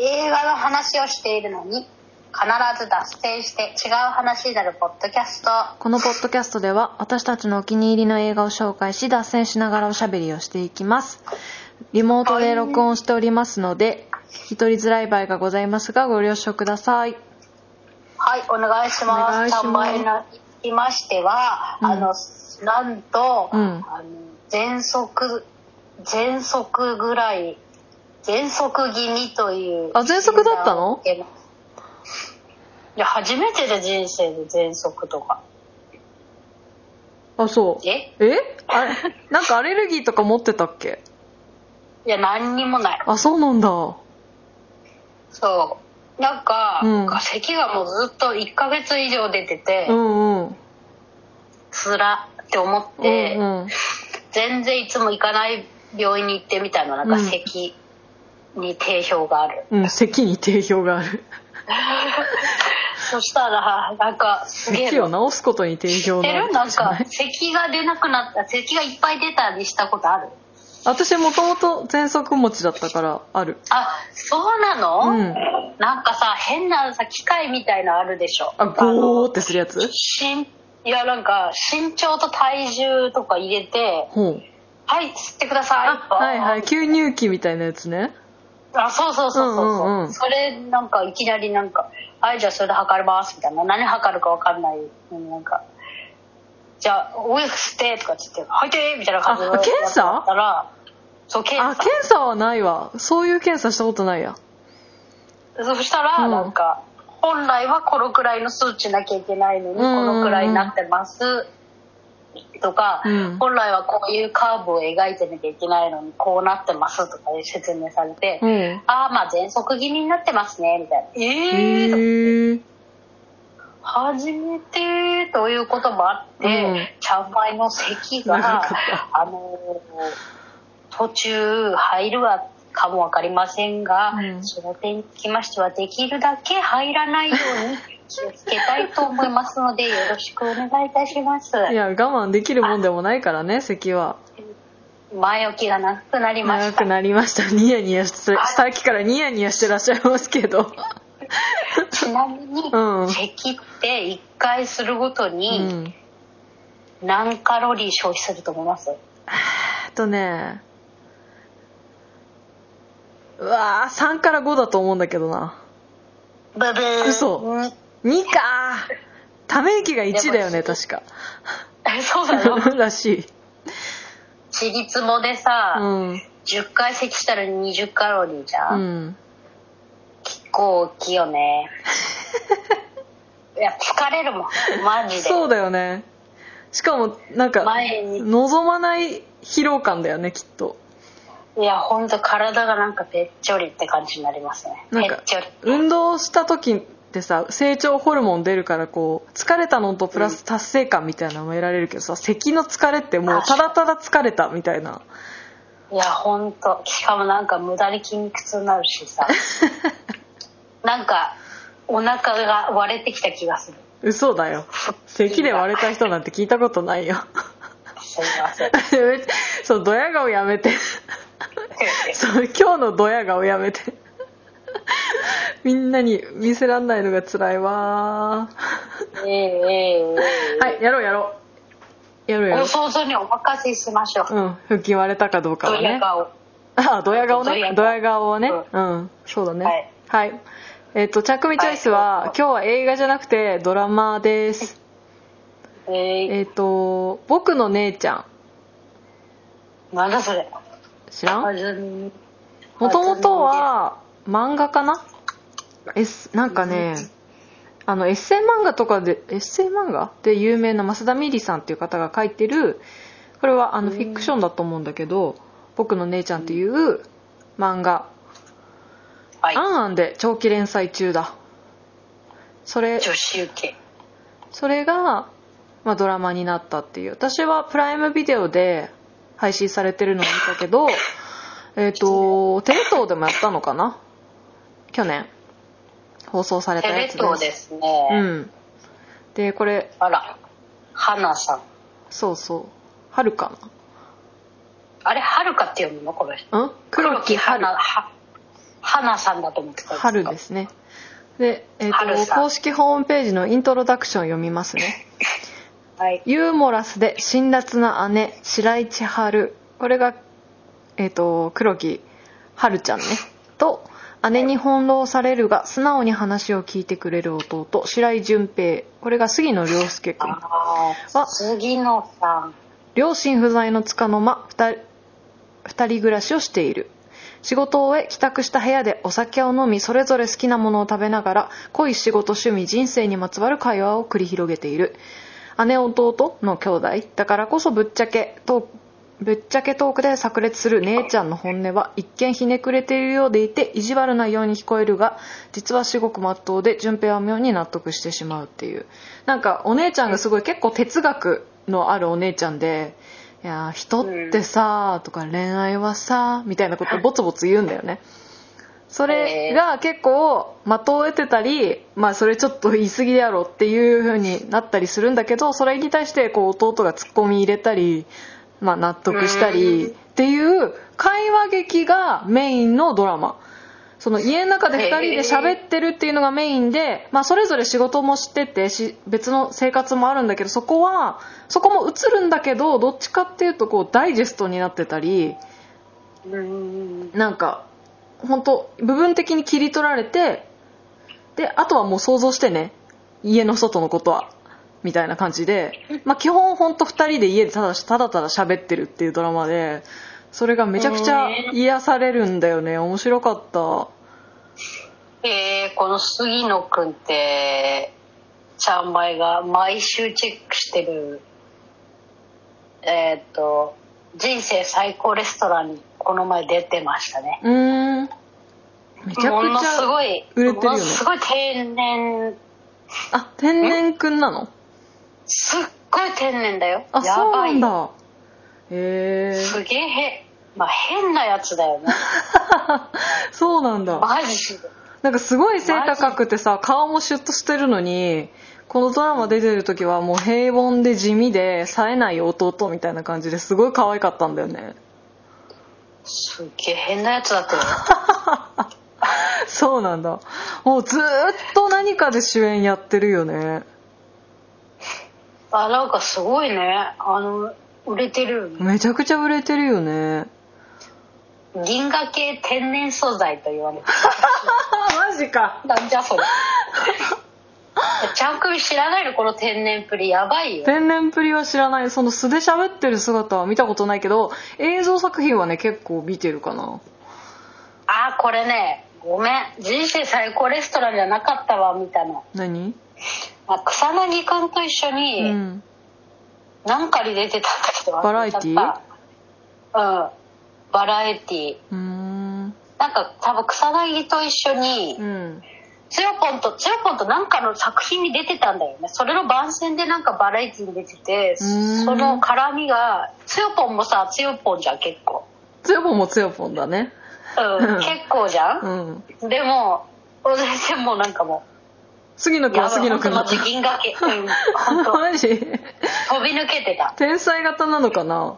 映画の話をしているのに必ず脱線して違う話になるポッドキャスト。 このポッドキャストでは私たちのお気に入りの映画を紹介し、脱線しながらおしゃべりをしていきます。リモートで録音しておりますので、聞き取りづらい場合がございますがご了承ください。 はい、お願いします。3倍につきましては、なんと、喘息ぐらい喘息気味という。 喘息だったの？ いや、初めてで人生で喘息とか。 あ、そう。あれ、なんかアレルギーとか持ってたっけ？ いや、何にもない。 あ、そうなんだ。 そう。なんか、咳がもうずっと1ヶ月以上出てて、つらって思って、全然いつも行かない病院に行ってみたの。なんか咳に定評がある。 咳に定評がある。 そしたらなんかすげえ。 咳を治すことに定評がある。 なんか咳が出なくなった、咳がいっぱい出たりしたことある？ 私もともと喘息持ちだったからある。 あ、そうなの？なんかさ、変なさ機械みたいなあるでしょ。 ゴーってするやつ？ いや、なんか身長と体重とか入れて、はい、吸ってください。 はいはい、吸入器みたいなやつね。 あ、そう。それなんかいきなりなんか、はい、じゃあそれで測りますみたいな。何測るか分かんない。なんか、じゃあおい吸ってとかつって、吐いてみたいな感じで。 検査？ そう、検査。 検査はないわ。そういう検査したことないや。 そしたらなんか、本来はこのくらいの数値なきゃいけないのに、このくらいになってますとか、本来はこういうカーブを描いてなきゃいけないのにこうなってますとかで説明されて、まあ喘息気味になってますねみたいな。初めてということもあって、ちゃんまいの咳が途中入るかも分かりませんが、その点につきましてはできるだけ入らないように気をつけたいと思いますのでよろしくお願いいたします。 いや、我慢できるもんでもないからね、咳は。 前置きが長くなりました。 長くなりました。ニヤニヤしてさっきからニヤニヤしてらっしゃいますけど。 ちなみに、咳って1回するごとに何カロリー消費すると思います？ うわー、3から5だと思うんだけどな。 ブブー。 嘘。2か。ため息が1だよね、確か。 そうなの？ らしい。 ちりつもでさ、10回咳したら20カロリーじゃん。結構大きいよね。いや、疲れるもん、マジで。 そうだよね。しかもなんか望まない疲労感だよね、きっと。 いや、ほんと体がなんかぺっちょりって感じになりますね。 なんか運動した時ってさ、成長ホルモン出るからこう疲れたのとプラス達成感みたいなのも得られるけどさ、咳の疲れってもうただただ疲れたみたいな。 いや、ほんと。しかもなんか無駄に筋肉痛になるしさ。なんかお腹が割れてきた気がする。 嘘だよ。咳で割れた人なんて聞いたことないよ。 すいません。 そう、ドヤ顔やめて。そう、今日のドヤ顔やめて。みんなに見せらんないのが辛いわ。はい、やろう。 ご想像にお任せしましょう。 腹筋割れたかどうかはね。ドヤ顔ね。ドヤ顔はね。そうだね。はい。着身チョイスは、今日は映画じゃなくてドラマです。僕の姉ちゃん。 なんだそれ。 知らん？もともとは漫画かな？なんかね、エッセイ漫画とかで、エッセイ漫画で有名な増田美里さんっていう方が書いてる、これはフィクションだと思うんだけど、僕の姉ちゃんっていう漫画、アンで長期連載中だ。 女子受け。 それが、ドラマになったっていう。私はプライムビデオで配信されてるのを見たけど、テレ東でもやったのかな、去年放送されたやつです。 テレ東ですね。 でこれ、 あら、花さん。 そうそう、春かな。 あれ、春かって読むのこれ？ 黒木春。 花さんだと思ってたんですか？ 春ですね。で、 公式ホームページのイントロダクション読みますね。 はい、 ユーモラスで辛辣な姉白井千春、これが、黒木春ちゃんねと、姉に翻弄されるが素直に話を聞いてくれる弟白井純平、これが杉野涼介君は杉野さん、 両親不在の束の間二人暮らしをしている。仕事を終え帰宅した部屋でお酒を飲み、それぞれ好きなものを食べながら恋、仕事、趣味、人生にまつわる会話を繰り広げている。姉弟の兄弟だからこそぶっちゃけトークで炸裂する姉ちゃんの本音は一見ひねくれているようでいて意地悪なように聞こえるが、実は至極真っ当で順平は妙に納得してしまうっていう。なんかお姉ちゃんがすごい結構哲学のあるお姉ちゃんで、いや人ってさとか恋愛はさみたいなことをボツボツ言うんだよね。それが結構的を得てたり、まあそれちょっと言い過ぎであろうっていう風になったりするんだけど、それに対してこう弟がツッコミ入れたり、まあ納得したりっていう会話劇がメインのドラマ。その家の中で2人で喋ってるっていうのがメインで、まあそれぞれ仕事もしてて別の生活もあるんだけど、そこも映るんだけど、どっちかっていうとこうダイジェストになってたり、なんか本当部分的に切り取られて、であとはもう想像してね、家の外のことはみたいな感じで、まあ基本本当2人で家でただ喋ってるっていうドラマで、それがめちゃくちゃ癒されるんだよね。面白かった。 この杉野くんってちゃんまいが毎週チェックしてる人生最高レストランにこの前出てましたね。 めちゃくちゃ売れてるよね。 すごい天然。 あ、天然くんなの？ すっごい天然だよ。 あ、 やばい。 そうなんだ。 すげえまあ変なやつだよね。 そうなんだ。 マジで。 なんかすごい背高くてさ、顔もシュッとしてるのに、このドラマ出てる時はもう平凡で地味で冴えない弟みたいな感じですごい可愛かったんだよね。 すっげえ変なやつだったよ。 そうなんだ。もうずーっと何かで主演やってるよね。 なんかすごいね。売れてるよね。 めちゃくちゃ売れてるよね。 銀河系天然素材と言われてる。 マジか。 なんじゃそれ。ちゃんくみ知らないの？この天然プリやばいよ。 天然プリは知らない。その素で喋ってる姿は見たことないけど、映像作品はね結構見てるかな。 これね、ごめん、人生最高レストランじゃなかったわ見たの。 何？ 草薙くんと一緒になんかに出てたんだけど、 バラエティ？ バラエティ。なんか多分草薙と一緒に、つよぽんとなんかの作品に出てたんだよね。それの番宣でなんかバラエティに出てて、その絡みが、つよぽんもさ、つよぽんじゃん結構。 つよぽんもつよぽんだね。 結構じゃん。でも全然もうなんかもう。 杉野くんは杉野くんだった。 銀河系。本当。 マジ？飛び抜けてた。 天才型なのかな？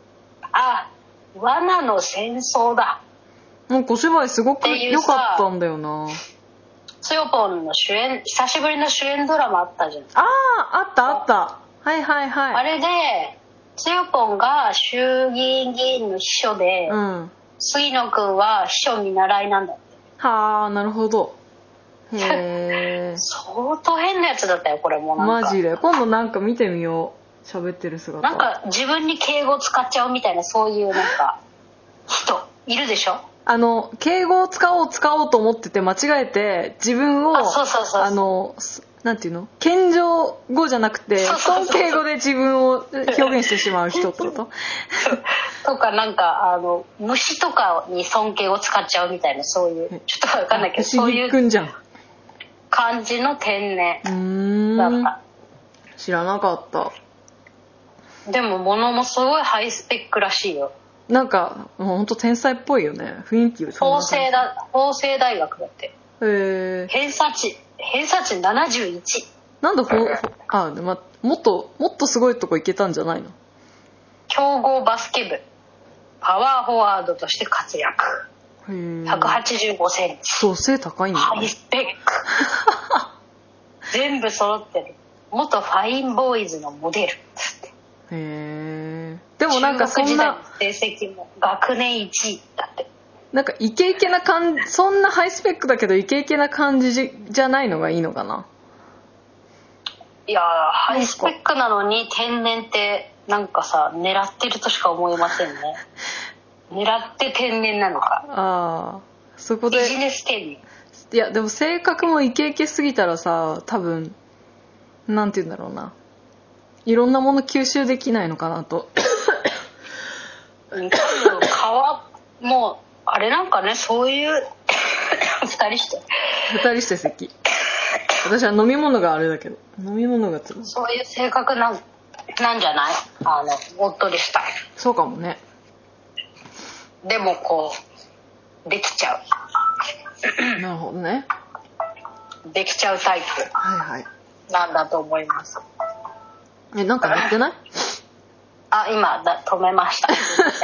罠の戦争だ。 なんかお芝居すごく良かったんだよな。 つよぽんの主演、久しぶりの主演ドラマあったじゃん。 あった。はいはいはい。 あれでつよぽんが衆議院議員の秘書で、杉野くんは秘書見習いなんだって。 はあ、なるほど。へえ。 相当変なやつだったよこれも。なんかマジで今度なんか見てみよう。喋ってる姿。 なんか自分に敬語使っちゃうみたいな、そういうなんか人いるでしょ。 敬語を使おうと思ってて間違えて自分をなんていうの、謙譲語じゃなくて尊敬語で自分を表現してしまう人ってこととかなんか虫とかに尊敬を使っちゃうみたいな、そういうちょっと分かんないけど、そういう感じの天然だった。 知らなかった。 でも物もすごいハイスペックらしいよ。 なんかほんと天才っぽいよね、雰囲気。 法政大学だって。偏差値71。 なんだもっとすごいとこ行けたんじゃないの？ 強豪バスケ部パワーフォワードとして活躍。 185センチ。 そう、背高いんだ、ね、 ハイスペック全部揃ってる。元ファインボーイズのモデルっつって。 へえ。でもなんかそんな成績も学年1位だって。 なんかイケイケな感じ、そんなハイスペックだけどイケイケな感じじゃないのがいいのかな。 いやハイスペックなのに天然ってなんかさ、狙ってるとしか思えませんね狙って天然なのか。 ああ、そこでビジネス天然。 いやでも性格もイケイケすぎたらさ、多分なんて言うんだろうな、いろんなもの吸収できないのかなと多分もうあれなんかね、そういう二人して咳。私は飲み物があれだけど、飲み物がつる。 そういう性格なんじゃない？おっとりした。 そうかもね。 でもこうできちゃうなるほどね。 できちゃうタイプなんだと思います。 なんかやってない？ 今止めました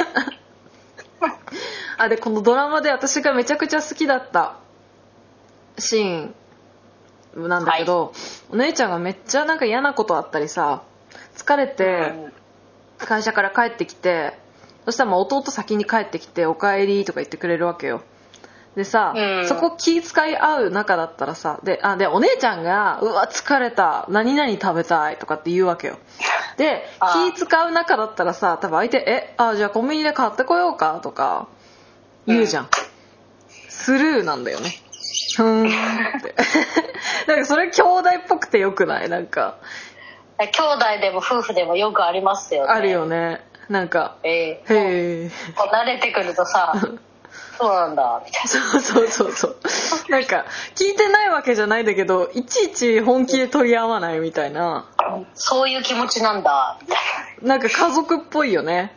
でこのドラマで私がめちゃくちゃ好きだったシーンなんだけど、お姉ちゃんがめっちゃなんか嫌なことあったりさ、疲れて会社から帰ってきて、そしたらもう弟先に帰ってきておかえりとか言ってくれるわけよ。でさ、そこ気遣い合う仲だったらさ、でお姉ちゃんがうわ疲れた何々食べたいとかって言うわけよ。で気使う仲だったらさ、多分相手じゃあコンビニで買ってこようかとか言うじゃん、スルーなんだよね。ってなんかそれ兄弟っぽくてよくない？なんか兄弟でも夫婦でもよくありますよね。 あるよね。なんかへえ慣れてくるとさそうなんだみたいな。そうなんか聞いてないわけじゃないんだけど、いちいち本気で取り合わないみたいな、 そういう気持ちなんだみたいな。なんか家族っぽいよね、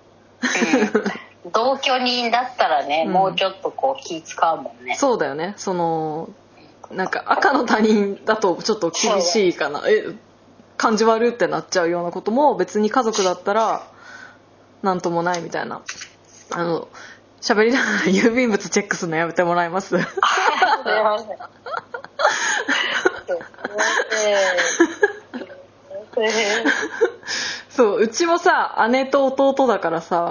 同居人だったらね、もうちょっとこう気使うもんね。 そうだよね。なんか赤の他人だとちょっと厳しいかな、感じ悪ってなっちゃうようなことも別に家族だったらなんともないみたいな。喋りながら郵便物チェックするのやめてもらえます？すいません。そう、うちもさ姉と弟だからさ。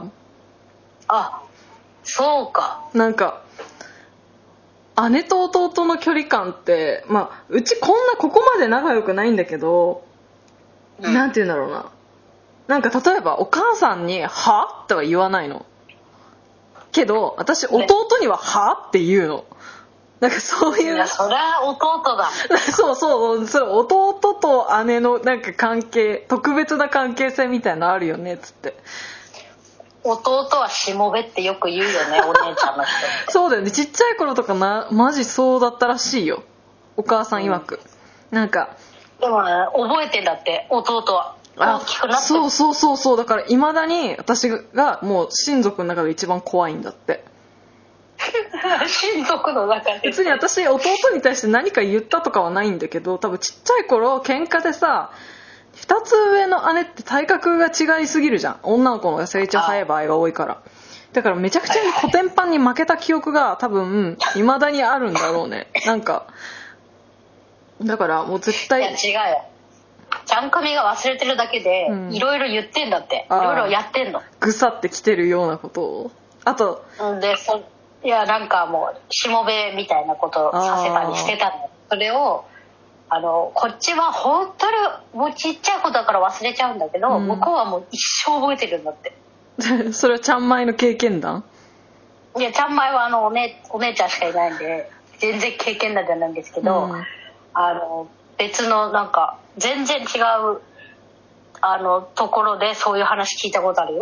そうか。 なんか姉と弟の距離感ってうちここまで仲良くないんだけど、なんて言うんだろうな、なんか例えばお母さんにはとは言わないのけど、私弟にははって言うの。なんかそういう。いやそりゃ弟だ。 それ弟と姉のなんか関係、特別な関係性みたいなのあるよねっつって。 弟はしもべってよく言うよね、お姉ちゃんの人ってそうだよね。ちっちゃい頃とかマジそうだったらしいよ、お母さん曰く。なんかでもね、覚えてんだって弟は大きくなって。 そうだからいまだに私がもう親族の中で一番怖いんだって親族の中で別に私弟に対して何か言ったとかはないんだけど、多分ちっちゃい頃喧嘩でさ、2つ上の姉って体格が違いすぎるじゃん、女の子の成長早い場合が多いから。だからめちゃくちゃにコテンパンに負けた記憶が多分未だにあるんだろうね。なんかだからもう絶対。 いや違うよ、ちゃんかみが忘れてるだけでいろいろ言ってんだって、いろいろやってんの、 ぐさってきてるようなことを。あとでいやなんかもうしもべみたいなことをさせたりしてたの。それをこっちは本当にもうちっちゃいことだから忘れちゃうんだけど、向こうはもう一生覚えてるんだってそれはちゃんまいの経験談？ いやちゃんまいはお姉ちゃんしかいないんで全然経験談じゃないんですけど、別のなんか全然違うところでそういう話聞いたことあるよ。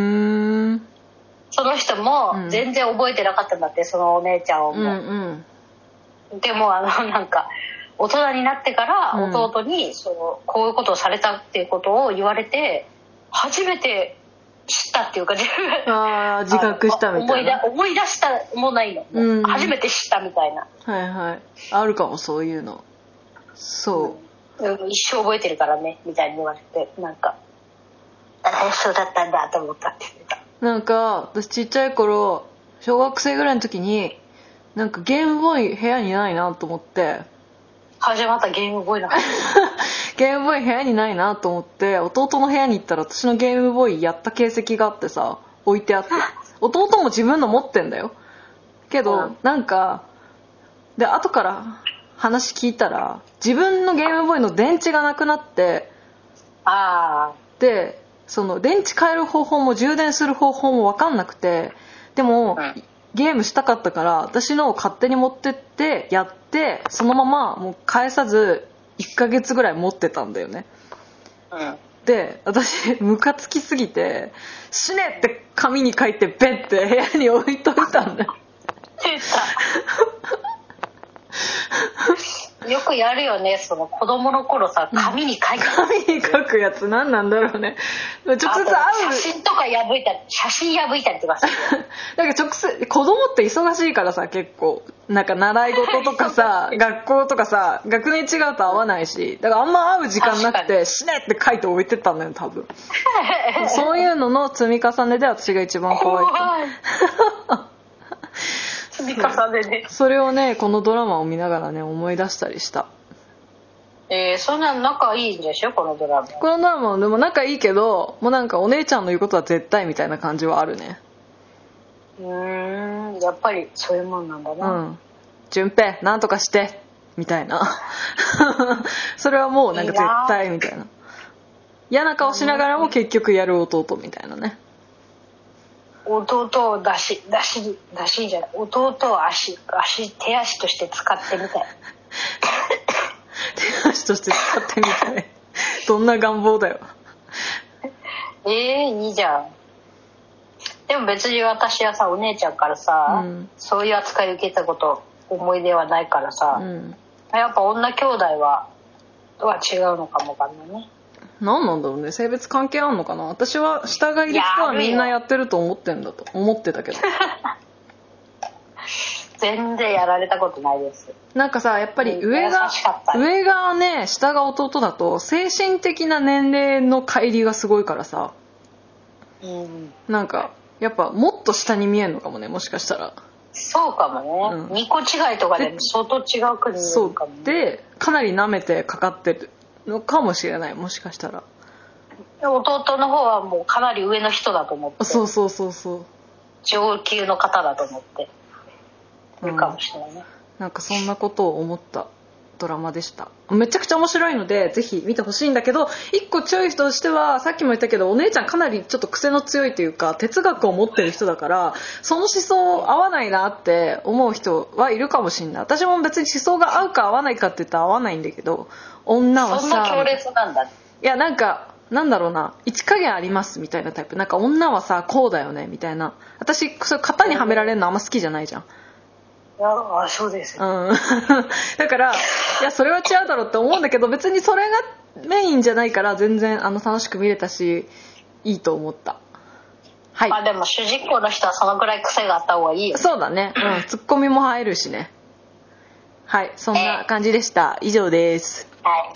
その人も全然覚えてなかったんだって、そのお姉ちゃんをも、でもなんか大人になってから弟にこういうことをされたっていうことを言われて初めて知ったっていうか、 自覚したみたいな。 思い出したもないの、初めて知ったみたいな。 はいはい、あるかもそういうの。そう、 一生覚えてるからねみたいに言われて、なんかそうだったんだと思ったって言ってた。 なんか私ちっちゃい頃小学生ぐらいの時になんかゲームボーイ部屋にないなと思って、 始まったゲームボーイの話ゲームボーイ部屋にないなと思って弟の部屋に行ったら私のゲームボーイやった形跡があってさ、置いてあって、弟も自分の持ってんだよけど、なんかで後から話聞いたら自分のゲームボーイの電池がなくなって、でその電池変える方法も充電する方法も分かんなくて、でも、ゲームしたかったから私のを勝手に持ってってやって、そのままもう返さず1ヶ月ぐらい持ってたんだよね。で私ムカつきすぎて死ねって紙に書いてベッて部屋に置いといたんだよ。 よくやるよね、その子供の頃さ、紙に書いて紙に書くやつ何なんだろうね。直接会う写真とか破いたり、写真破いたりとかするなんか直接子供って忙しいからさ、結構なんか習い事とかさ学校とかさ学年違うと会わないし、だからあんま会う時間なくて死ねって書いて置いてったんだよ多分そういうのの積み重ねで私が一番怖い積み重ねでそれをねこのドラマを見ながらね思い出したりした。 そんな仲いいんでしょこのドラマ。 このドラマでも仲いいけど、もうなんかお姉ちゃんの言うことは絶対みたいな感じはあるね。 やっぱりそういうもんなんだな。 順平なんとかしてみたいなそれはもうなんか絶対みたいな。嫌な顔しながらも結局やる弟みたいなね。 弟を出しじゃない、弟を手足として使ってみたい手足として使ってみたいどんな願望だよいいじゃん。でも別に私はさ、お姉ちゃんからさ、そういう扱い受けたこと思い出はないからさ、やっぱ女兄弟は違うのかもわかんないね。 何なんだろうね、性別関係あんのかな。私は下がいる人はみんなやってると思ってたけど全然やられたことないです。 なんかさやっぱり上がね下が弟だと精神的な年齢の乖離がすごいからさ、なんかやっぱもっと下に見えるのかもね、もしかしたら。 そうかもね、2個違いとかでも相当違う国にいるかもね。 でかなり舐めてかかってるのかもしれない、もしかしたら。 弟の方はもうかなり上の人だと思って、 そう上級の方だと思っているかもしれないね、 なんかそんなことを思ったドラマでした。めちゃくちゃ面白いのでぜひ見てほしいんだけど、一個注意としてはさっきも言ったけどお姉ちゃんかなりちょっと癖の強いというか哲学を持ってる人だから、その思想合わないなって思う人はいるかもしれない。私も別に思想が合うか合わないかって言ったら合わないんだけど、女はさそんな強烈なんだ。 いやなんかなんだろうな、一加減ありますみたいなタイプ。なんか女はさこうだよねみたいな。私それ型にはめられるのあんま好きじゃないじゃん。 そうですだからいやそれは違うだろうって思うんだけど、別にそれがメインじゃないから全然楽しく見れたしいいと思った。はい。 でも主人公の人はそのぐらい癖があった方がいいよね。 そうだね、ツッコミも入るしね。はい、そんな感じでした。以上です。 はい。